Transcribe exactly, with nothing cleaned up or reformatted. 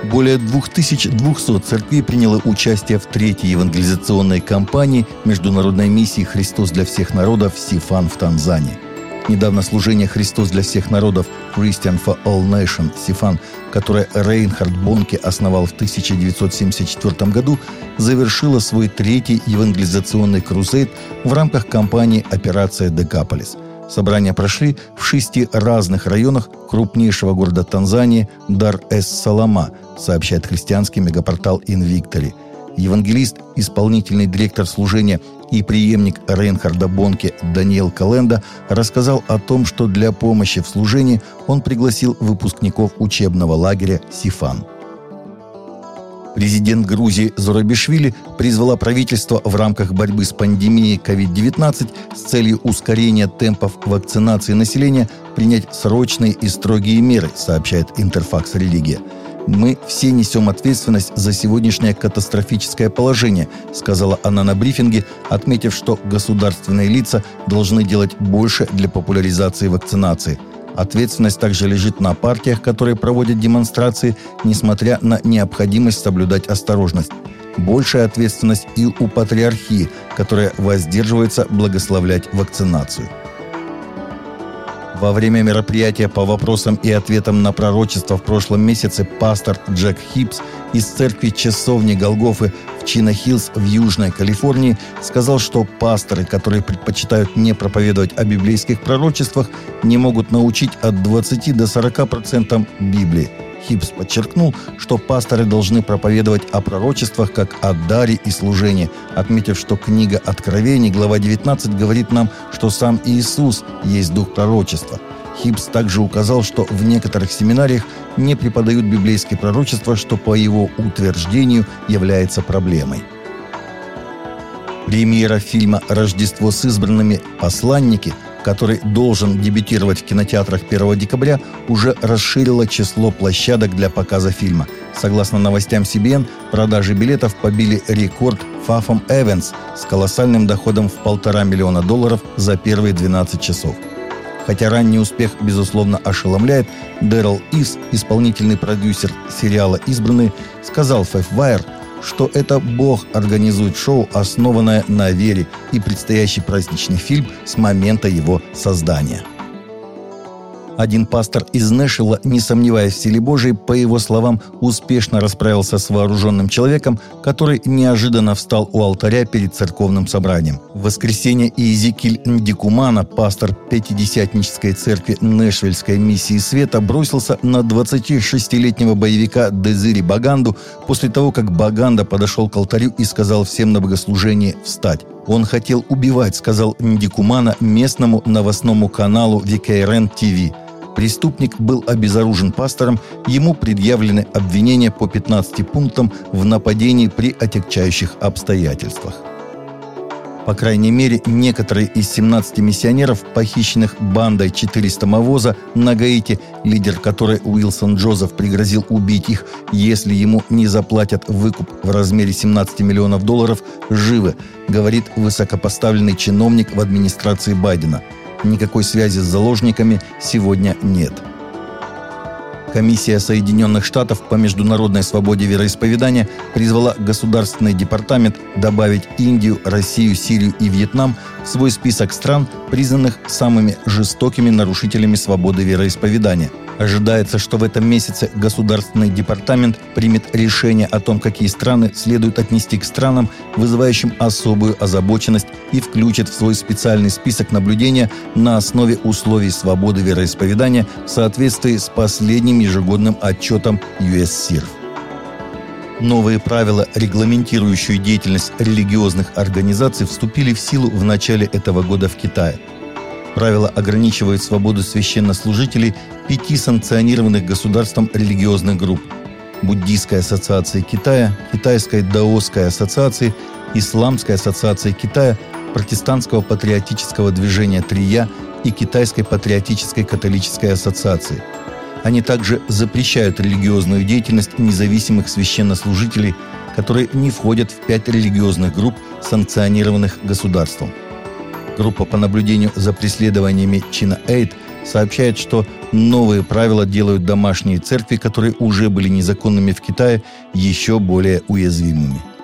Более две тысячи двести церквей приняло участие в третьей евангелизационной кампании международной миссии «Христос для всех народов» Сифан в Танзании. Недавно служение «Христос для всех народов» Christian for All Nations Сифан, которое Рейнхард Бонке основал в тысяча девятьсот семьдесят четвёртом году, завершило свой третий евангелизационный крузейд в рамках кампании «Операция Декаполис». Собрания прошли в шести разных районах крупнейшего города Танзании Дар-эс-Салама, сообщает христианский мегапортал «Инвиктори». Евангелист, исполнительный директор служения и преемник Рейнхарда Бонке Даниэл Календа рассказал о том, что для помощи в служении он пригласил выпускников учебного лагеря «Сифан». Президент Грузии Зурабишвили призвала правительство в рамках борьбы с пандемией ковид девятнадцать с целью ускорения темпов вакцинации населения принять срочные и строгие меры, сообщает Интерфакс Религия. «Мы все несем ответственность за сегодняшнее катастрофическое положение», сказала она на брифинге, отметив, что государственные лица должны делать больше для популяризации вакцинации. Ответственность также лежит на партиях, которые проводят демонстрации, несмотря на необходимость соблюдать осторожность. Большая ответственность и у патриархии, которая воздерживается благословлять вакцинацию. Во время мероприятия по вопросам и ответам на пророчество в прошлом месяце пастор Джек Хипс из церкви Часовни Голгофы в Чино-Хиллз в Южной Калифорнии сказал, что пасторы, которые предпочитают не проповедовать о библейских пророчествах, не могут научить от двадцати до сорока процентов Библии. Хипс подчеркнул, что пасторы должны проповедовать о пророчествах как о даре и служении, отметив, что книга Откровений, глава девятнадцать, говорит нам, что сам Иисус есть дух пророчества. Хипс также указал, что в некоторых семинариях не преподают библейские пророчества, что, по его утверждению, является проблемой. Премьера фильма «Рождество с избранными. Посланники», который должен дебютировать в кинотеатрах первого декабря, уже расширила число площадок для показа фильма. Согласно новостям си би эн, продажи билетов побили рекорд Фафом Эванс с колоссальным доходом в полтора миллиона долларов за первые двенадцать часов. Хотя ранний успех, безусловно, ошеломляет, Дэрил Ивс, исполнительный продюсер сериала «Избранные», сказал Fifth-Wire, что это Бог организует шоу, основанное на вере, и предстоящий праздничный фильм с момента его создания. Один пастор из Нэшвилла, не сомневаясь в силе Божией, по его словам, успешно расправился с вооруженным человеком, который неожиданно встал у алтаря перед церковным собранием. В воскресенье Иезекииль Ндикумана, пастор пятидесятнической церкви Нэшвильской миссии света, бросился на двадцатишестилетнего боевика Дезири Баганду после того, как Баганда подошел к алтарю и сказал всем на богослужении «встать». «Он хотел убивать», — сказал Ндикумана местному новостному каналу ви кей эр эн ти ви. Преступник был обезоружен пастором, ему предъявлены обвинения по пятнадцати пунктам в нападении при отягчающих обстоятельствах. По крайней мере, некоторые из семнадцати миссионеров, похищенных бандой четыреста Мавоза на Гаити, лидер которой Уилсон Джозеф пригрозил убить их, если ему не заплатят выкуп в размере семнадцати миллионов долларов, живы, говорит высокопоставленный чиновник в администрации Байдена. Никакой связи с заложниками сегодня нет. Комиссия Соединенных Штатов по международной свободе вероисповедания призвала Государственный департамент добавить Индию, Россию, Сирию и Вьетнам в свой список стран, признанных самыми жестокими нарушителями свободы вероисповедания. Ожидается, что в этом месяце Государственный департамент примет решение о том, какие страны следует отнести к странам, вызывающим особую озабоченность, и включит в свой специальный список наблюдения на основе условий свободы вероисповедания в соответствии с последним ежегодным отчетом ю эс си ай ар эф. Новые правила, регламентирующие деятельность религиозных организаций, вступили в силу в начале этого года в Китае. Правила ограничивают свободу священнослужителей пяти санкционированных государством религиозных групп: Буддийской ассоциации Китая, Китайской даосской ассоциации, Исламской ассоциации Китая, Протестантского патриотического движения Трия и Китайской патриотической католической ассоциации. Они также запрещают религиозную деятельность независимых священнослужителей, которые не входят в пять религиозных групп, санкционированных государством. Группа по наблюдению за преследованиями China Aid сообщает, что Новые правила делают домашние церкви, которые уже были незаконными в Китае, еще более уязвимыми.